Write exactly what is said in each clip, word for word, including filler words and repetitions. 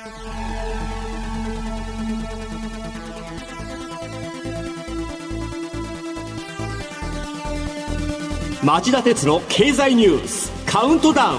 町田鉄の経済ニュースカウントダウン。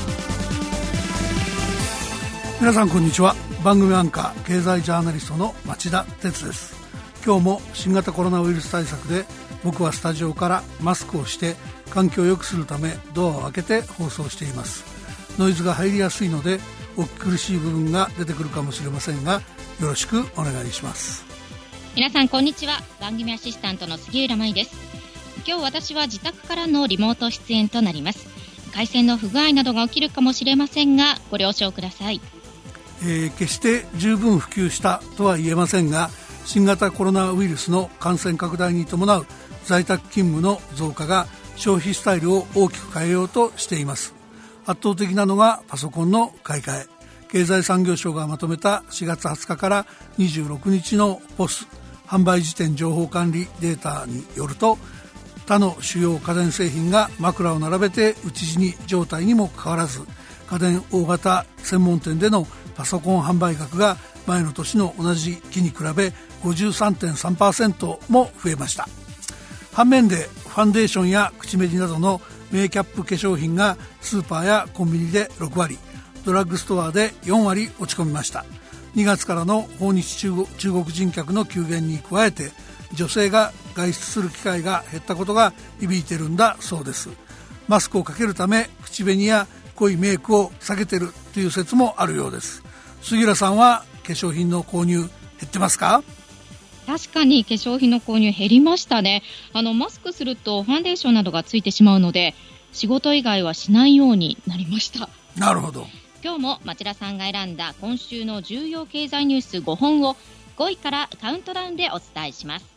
皆さんこんにちは。番組アンカー経済ジャーナリストの町田鉄です。今日も新型コロナウイルス対策で僕はスタジオからマスクをして環境を良くするためドアを開けて放送しています。ノイズが入りやすいのでお聞き苦しい部分が出てくるかもしれませんが、よろしくお願いします。 皆さんこんにちは。番組アシスタントの杉浦舞です。今日私は自宅からのリモート出演となります。回線の不具合などが起きるかもしれませんがご了承ください。 えー、決して十分普及したとは言えませんが、新型コロナウイルスの感染拡大に伴う在宅勤務の増加が消費スタイルを大きく変えようとしています。圧倒的なのがパソコンの買い替え。経済産業省がまとめたしがつはつかからにじゅうろくにちのポス販売時点情報管理データによると、他の主要家電製品が枕を並べて打ち死に状態にもかかわらず、家電大型専門店でのパソコン販売額が前の年の同じ期に比べ ごじゅうさんてんさんパーセント も増えました。反面でファンデーションや口紅などのメイキャップ化粧品がスーパーやコンビニでろくわり、ドラッグストアでよんわり落ち込みました。にがつからの訪日中国、中国人客の急減に加えて、女性が外出する機会が減ったことが響いてるんだそうです。マスクをかけるため口紅や濃いメイクを避けてるという説もあるようです。杉浦さんは化粧品の購入減ってますか？ 確かに化粧品の購入減りましたね。あのマスクするとファンデーションなどがついてしまうので、仕事以外はしないようになりました。 なるほど。 今日も町田さんが選んだ今週の重要経済ニュースごほんをごいからカウントダウンでお伝えします。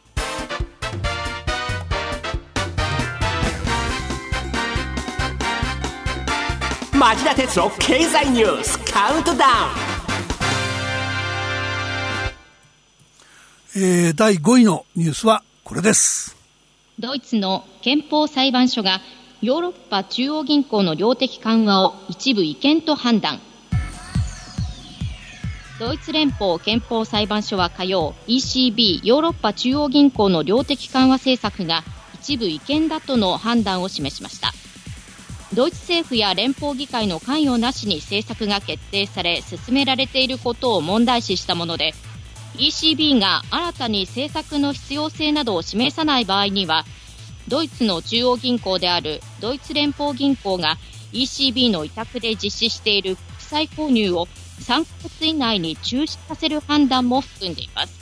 町田鉄の経済ニュースカウントダウン。えー、だいごいのニュースはこれです。 ドイツの憲法裁判所がヨーロッパ中央銀行の量的緩和を一部違憲と判断。ドイツ連邦憲法裁判所は火曜、 イーシービー ヨーロッパ中央銀行の量的緩和政策が一部違憲だとの判断を示しました。ドイツ政府や連邦議会の関与なしに政策が決定され進められていることを問題視したもので、 イーシービー が新たに政策の必要性などを示さない場合には、ドイツの中央銀行であるドイツ連邦銀行が イーシービー の委託で実施している国債購入をさんかげつ以内に中止させる判断も含んでいます。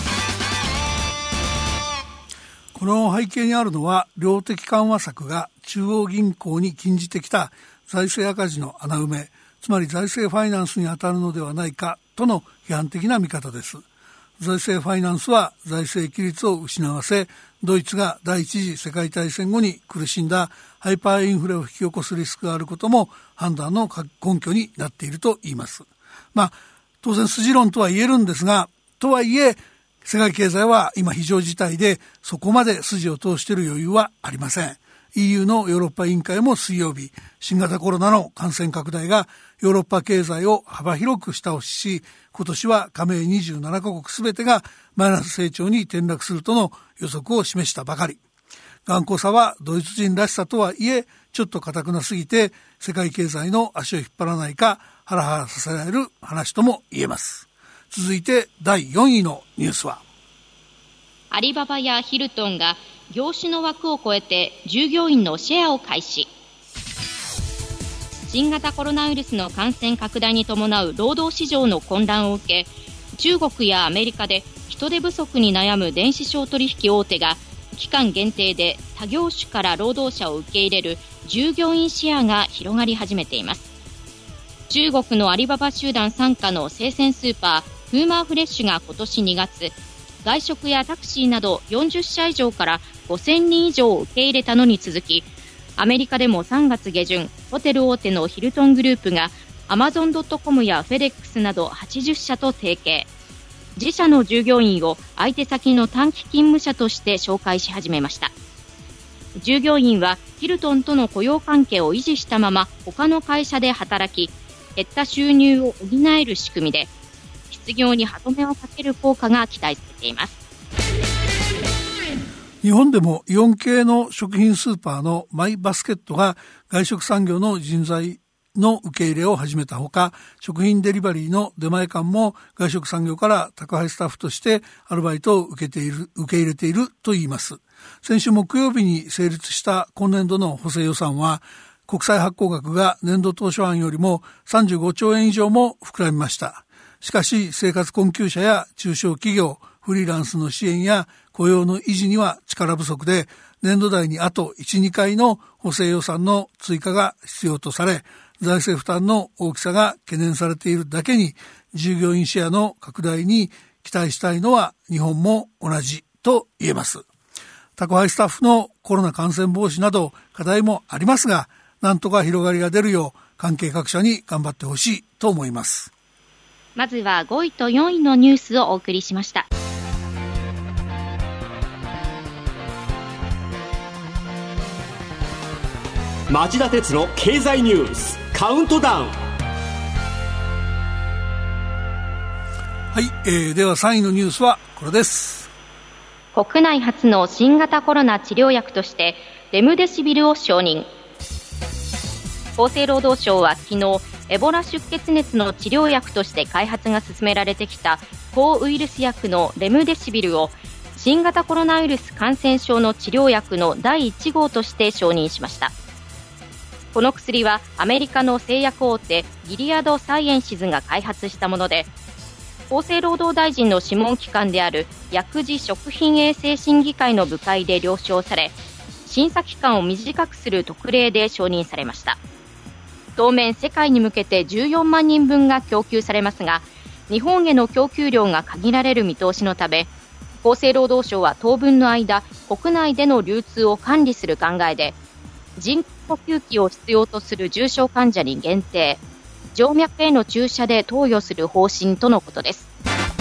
この背景にあるのは、量的緩和策が中央銀行に禁じてきた財政赤字の穴埋め、つまり財政ファイナンスに当たるのではないかとの批判的な見方です。財政ファイナンスは財政規律を失わせ、ドイツが第一次世界大戦後に苦しんだハイパーインフレを引き起こすリスクがあることも判断の根拠になっていると言います。まあ当然筋論とは言えるんですが、とはいえ世界経済は今非常事態で、そこまで筋を通している余裕はありません。 イーユー のヨーロッパ委員会も水曜日、新型コロナの感染拡大がヨーロッパ経済を幅広く下押しし、今年は加盟にじゅうななかこくすべてがマイナス成長に転落するとの予測を示したばかり。頑固さはドイツ人らしさとはいえ、ちょっと堅くなすぎて世界経済の足を引っ張らないかハラハラさせられる話とも言えます。続いてだいよんいのニュースは、 アリババやヒルトンが業種の枠を超えて従業員のシェアを開始。新型コロナウイルスの感染拡大に伴う労働市場の混乱を受け、中国やアメリカで人手不足に悩む電子商取引大手が期間限定で他業種から労働者を受け入れる従業員シェアが広がり始めています。中国のアリババ集団傘下の生鮮スーパーフーマーフレッシュが今年にがつ、外食やタクシーなどよんじゅっしゃ以上からごせんにん以上を受け入れたのに続き、アメリカでもさんがつげじゅん、ホテル大手のヒルトングループがアマゾンドットコムやフェデックスなどはちじゅっしゃと提携。自社の従業員を相手先の短期勤務者として紹介し始めました。従業員はヒルトンとの雇用関係を維持したまま他の会社で働き、 減った収入を補える仕組みで、失業に歯止めをかける効果が期待されています。 日本でもイオン系の食品スーパーのマイバスケットが外食産業の人材の受け入れを始めたほか、食品デリバリーの出前館も外食産業から宅配スタッフとしてアルバイトを受けている、受け入れているといいます。先週木曜日に成立した今年度の補正予算は、国債発行額が年度当初案よりもさんじゅうごちょうえん以上も膨らみました。しかし生活困窮者や中小企業、フリーランスの支援や雇用の維持には力不足で、年度内にあといち、にかいの補正予算の追加が必要とされ、財政負担の大きさが懸念されているだけに、従業員シェアの拡大に期待したいのは日本も同じと言えます。宅配スタッフのコロナ感染防止など課題もありますが、なんとか広がりが出るよう関係各社に頑張ってほしいと思います。 まずはごいとよんいのニュースをお送りしました。 町田鉄の経済ニュースカウントダウン。 はい、えー、ではさんいのニュースはこれです。 国内初の新型コロナ治療薬としてレムデシビルを承認。厚生労働省は昨日、エボラ出血熱の治療薬として開発が進められてきた抗ウイルス薬のレムデシビルを新型コロナウイルス感染症の治療薬のだいいち号として承認しました。この薬はアメリカの製薬大手ギリアド・サイエンシズが開発したもので、厚生労働大臣の諮問機関である薬事食品衛生審議会の部会で了承され、審査期間を短くする特例で承認されました。当面世界に向けてじゅうよんまんにんぶんが供給されますが、日本への供給量が限られる見通しのため、厚生労働省は当分の間、国内での流通を管理する考えで、人工呼吸器を必要とする重症患者に限定、静脈への注射で投与する方針とのことです。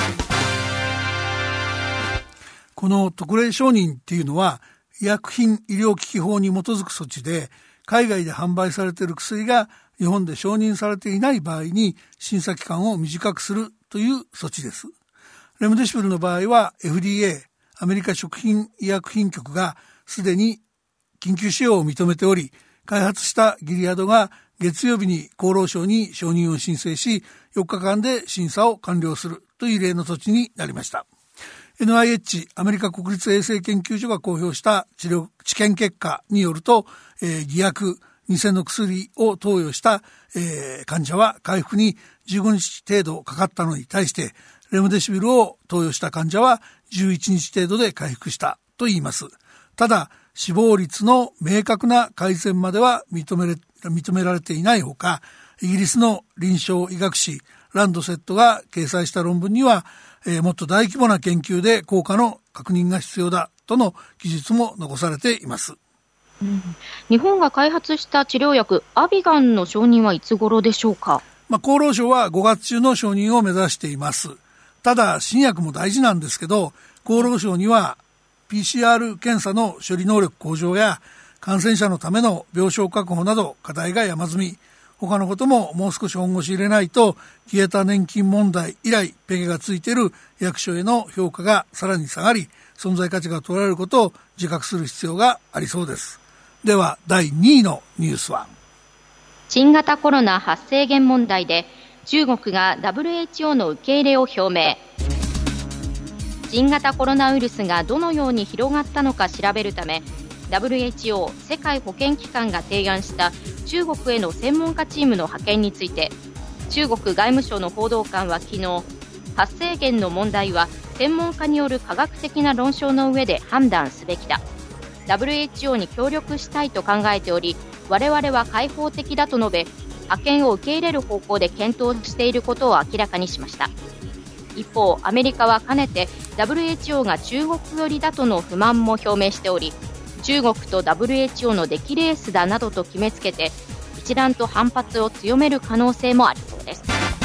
この特例承認っていうのは、医薬品医療機器法に基づく措置で、海外で販売されている薬が日本で承認されていない場合に審査期間を短くするという措置です。レムデシビルの場合は エフディーエー アメリカ食品医薬品局がすでに緊急使用を認めており、開発したギリアドが月曜日に厚労省に承認を申請し、よっかかんで審査を完了するという例の措置になりました。エヌアイエイチ アメリカ国立衛生研究所が公表した治療治験結果によると、えー、偽薬偽の薬を投与した、えー、患者は回復にじゅうごにち程度かかったのに対して、レムデシビルを投与した患者はじゅういちにち程度で回復したといいます。ただ死亡率の明確な改善までは認めれ、認められていないほか、イギリスの臨床医学誌ランドセットが掲載した論文には、えー、もっと大規模な研究で効果の確認が必要だとの記述も残されています。 うん、日本が開発した治療薬アビガンの承認はいつ頃でしょうか。 まあ、厚労省はごがつ中の承認を目指しています。ただ新薬も大事なんですけど、厚労省には ピーシーアール 検査の処理能力向上や感染者のための病床確保など課題が山積み、他のことももう少し本腰入れないと消えた年金問題以来ペケがついている役所への評価がさらに下がり、存在価値が取られることを自覚する必要がありそうです。ではだいにいのニュースは、 新型コロナ発生源問題で中国が ダブリューエイチオー の受け入れを表明。新型コロナウイルスがどのように広がったのか調べるため、 ダブリューエイチオー 世界保健機関が提案した中国への専門家チームの派遣について、中国外務省の報道官は昨日、発生源の問題は専門家による科学的な論証の上で判断すべきだ、 ダブリューエイチオー に協力したいと考えており、我々は開放的だと述べ、派遣を受け入れる方向で検討していることを明らかにしました。一方、アメリカはかねて ダブリューエイチオー が中国寄りだとの不満も表明しており、中国と ダブリューエイチオー の出来レースだなどと決めつけて一段と反発を強める可能性もありそうです。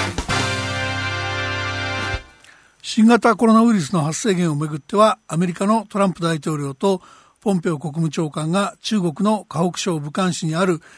新型コロナウイルスの発生源をめぐっては、アメリカのトランプ大統領とポンペオ国務長官が中国の河北省武漢市にある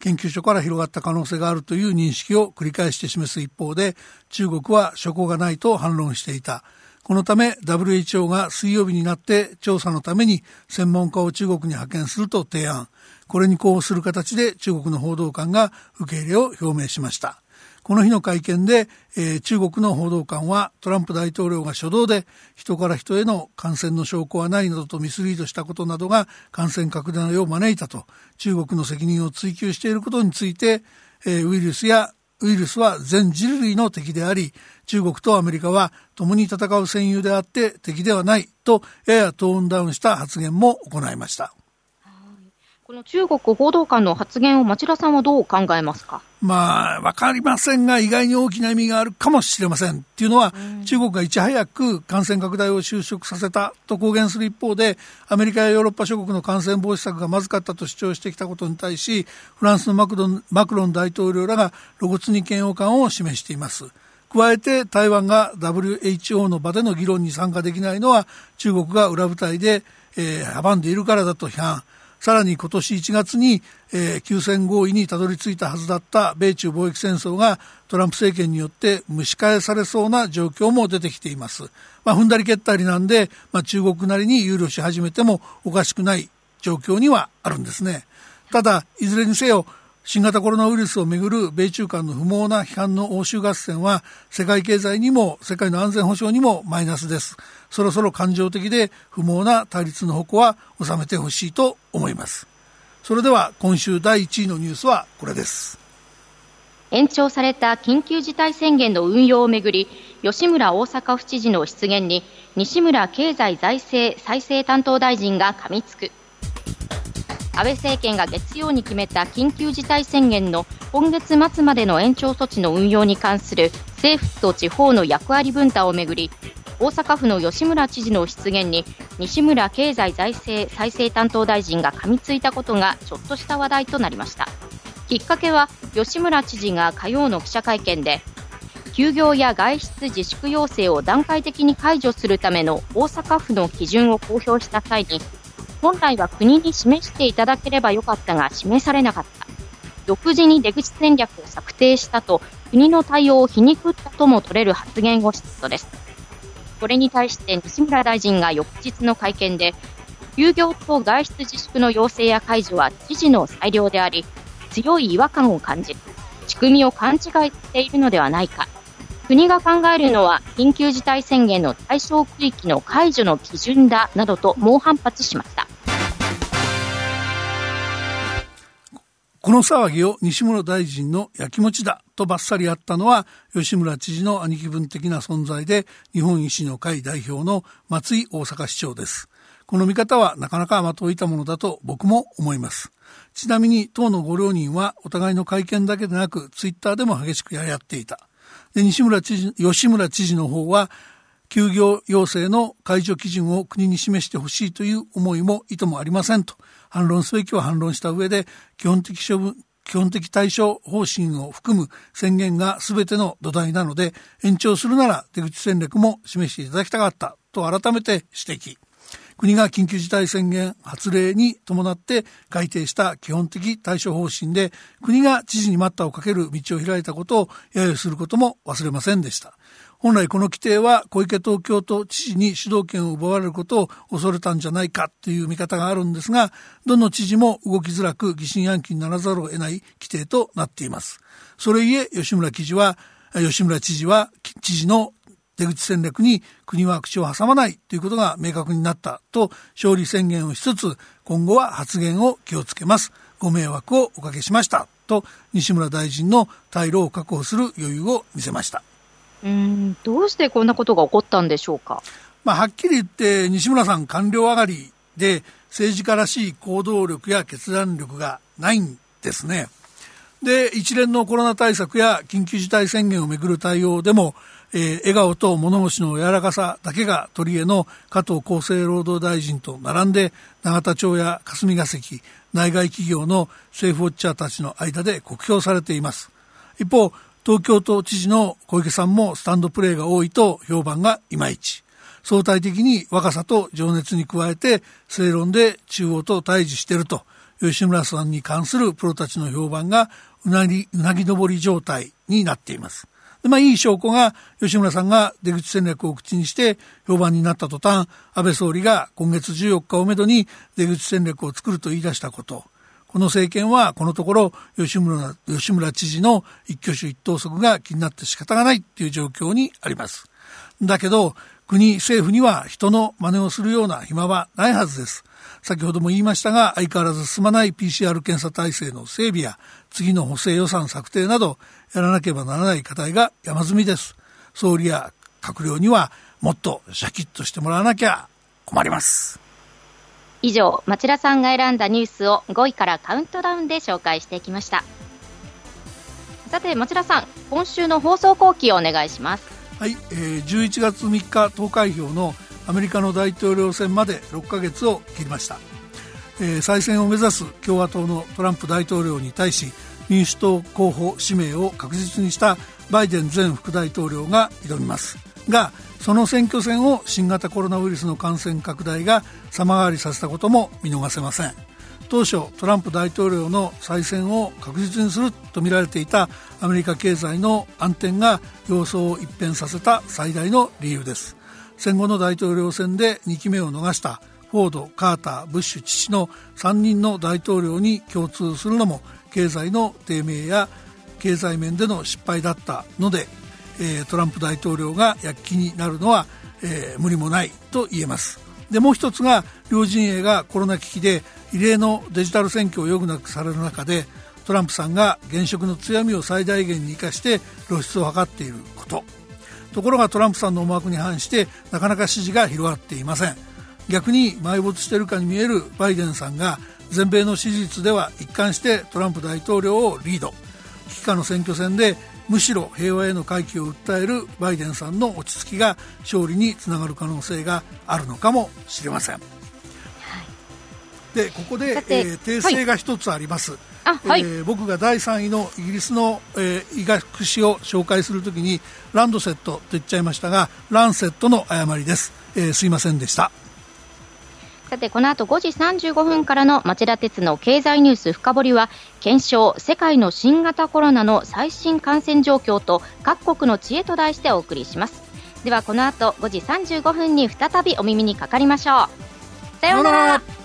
研究所から広がった可能性があるという認識を繰り返して示す一方で、中国は証拠がないと反論していた。このため ダブリューエイチオー が水曜日になって調査のために専門家を中国に派遣すると提案。これに呼応する形で中国の報道官が受け入れを表明しました。この日の会見で、えー、中国の報道官はトランプ大統領が初動で人から人への感染の証拠はないなどとミスリードしたことなどが感染拡大を招いたと中国の責任を追及していることについて、えー、ウイルスやウイルスは全人類の敵であり、中国とアメリカは共に戦う戦友であって敵ではないとややトーンダウンした発言も行いました。 この中国報道官の発言を町田さんはどう考えますか？ まあ、わかりませんが、意外に大きな意味があるかもしれません。っていうのは、中国がいち早く感染拡大を収束させたと公言する一方で、アメリカやヨーロッパ諸国の感染防止策がまずかったと主張してきたことに対し、フランスのマクロン、マクロン大統領らが露骨に嫌悪感を示しています。加えて台湾が ダブリューエイチオー の場での議論に参加できないのは中国が裏舞台で、えー、阻んでいるからだと批判。さらに今年いちがつに、えー、休戦合意にたどり着いたはずだった米中貿易戦争がトランプ政権によって蒸し返されそうな状況も出てきています。まあ、踏んだり蹴ったりなんで、まあ、中国なりに憂慮し始めてもおかしくない状況にはあるんですね。ただいずれにせよ新型コロナウイルスをめぐる米中間の不毛な批判の応酬合戦は世界経済にも世界の安全保障にもマイナスです。そろそろ感情的で不毛な対立の矛は収めてほしいと思います。それでは今週だいいちいのニュースはこれです。 延長された緊急事態宣言の運用をめぐり、吉村大阪府知事の失言に西村経済財政再生担当大臣が噛みつく。安倍政権が月曜に決めた緊急事態宣言の今月末までの延長措置の運用に関する政府と地方の役割分担をめぐり、大阪府の吉村知事の失言に西村経済財政再生担当大臣が噛みついたことがちょっとした話題となりました。きっかけは吉村知事が火曜の記者会見で、休業や外出自粛要請を段階的に解除するための大阪府の基準を公表した際に、本来は国に示していただければよかったが示されなかった。独自に出口戦略を策定したと国の対応を皮肉ったとも取れる発言をしたことです。これに対して西村大臣が翌日の会見で、休業と外出自粛の要請や解除は知事の裁量であり、強い違和感を感じる。仕組みを勘違いしているのではないか。国が考えるのは緊急事態宣言の対象区域の解除の基準だなどと猛反発しました。 この騒ぎを西村大臣のやきもちだとバッサリあったのは吉村知事の兄貴分的な存在で日本維新の会代表の松井大阪市長です。この見方はなかなか的を射たものだと僕も思います。ちなみに党のご両人はお互いの会見だけでなくツイッターでも激しくやり合っていた。で西村知事、吉村知事の方は休業要請の解除基準を国に示してほしいという思いも意図もありませんと反論すべきは反論した上で、基本的処分基本的対処方針を含む宣言が全ての土台なので延長するなら出口戦略も示していただきたかったと改めて指摘。国が緊急事態宣言発令に伴って改定した基本的対処方針で国が知事に待ったをかける道を開いたことを揶揄することも忘れませんでした。本来この規定は小池東京都知事に主導権を奪われることを恐れたんじゃないかという見方があるんですが、どの知事も動きづらく疑心暗鬼にならざるを得ない規定となっています。それゆえ吉村知事は吉村知事は知事の出口戦略に国は口を挟まないということが明確になったと勝利宣言をしつつ、今後は発言を気をつけます、ご迷惑をおかけしましたと西村大臣の退路を確保する余裕を見せました。 うーんどうしてこんなことが起こったんでしょうか。 まあ、はっきり言って西村さん官僚上がりで政治家らしい行動力や決断力がないんですね。で一連のコロナ対策や緊急事態宣言をめぐる対応でも、えー、笑顔と物腰の柔らかさだけが取り柄の加藤厚生労働大臣と並んで永田町や霞が関内外企業の政府ウォッチャーたちの間で酷評されています。一方東京都知事の小池さんもスタンドプレーが多いと評判がいまいち。相対的に若さと情熱に加えて正論で中央と対峙していると吉村さんに関するプロたちの評判がうなぎ、うなぎ登り状態になっています。で、まあ、いい証拠が吉村さんが出口戦略を口にして評判になった途端、安倍総理が今月じゅうよっかをめどに出口戦略を作ると言い出したこと。この政権はこのところ吉村、吉村知事の一挙手一投足が気になって仕方がないっていう状況にあります。だけど国、政府には人の真似をするような暇はないはずです。先ほども言いましたが、相変わらず進まない ピーシーアール 検査体制の整備や次の補正予算策定などやらなければならない課題が山積みです。総理や閣僚にはもっとシャキッとしてもらわなきゃ困ります。 以上、町田さんが選んだニュースをごいからカウントダウンで紹介していきました。さて町田さん、今週の放送後期をお願いします。 はい、えー、じゅういちがつみっか投開票のアメリカの大統領選までろっかげつを切りました。えー、再選を目指す共和党のトランプ大統領に対し民主党候補指名を確実にしたバイデン前副大統領が挑みますが、その選挙戦を新型コロナウイルスの感染拡大が様変わりさせたことも見逃せません。当初トランプ大統領の再選を確実にすると見られていたアメリカ経済の暗転が様相を一変させた最大の理由です。戦後の大統領選でにきめを逃したフォード、カーター、ブッシュ父のさんにんの大統領に共通するのも経済の低迷や経済面での失敗だったので、えー、トランプ大統領が躍起になるのは、えー、無理もないと言えます。でもう一つが、両陣営がコロナ危機で異例のデジタル選挙を余儀なくされる中で、トランプさんが現職の強みを最大限に生かして露出を図っていること。ところがトランプさんの思惑に反してなかなか支持が広がっていません。逆に埋没しているかに見えるバイデンさんが全米の支持率では一貫してトランプ大統領をリード。危機下の選挙戦でむしろ平和への回帰を訴えるバイデンさんの落ち着きが勝利につながる可能性があるのかもしれません。はい、でここで、えー、訂正が一つあります。はいあはいえー、僕がだいさんいのイギリスの、えー、医学史を紹介するときにランドセットと言っちゃいましたが、ランセットの誤りです。えー、すいませんでした。 さてこの後ごじさんじゅうごふんからの町田鉄の経済ニュース深掘りは、検証世界の新型コロナの最新感染状況と各国の知恵と題してお送りします。ではこの後ごじさんじゅうごふんに再びお耳にかかりましょう。さようなら。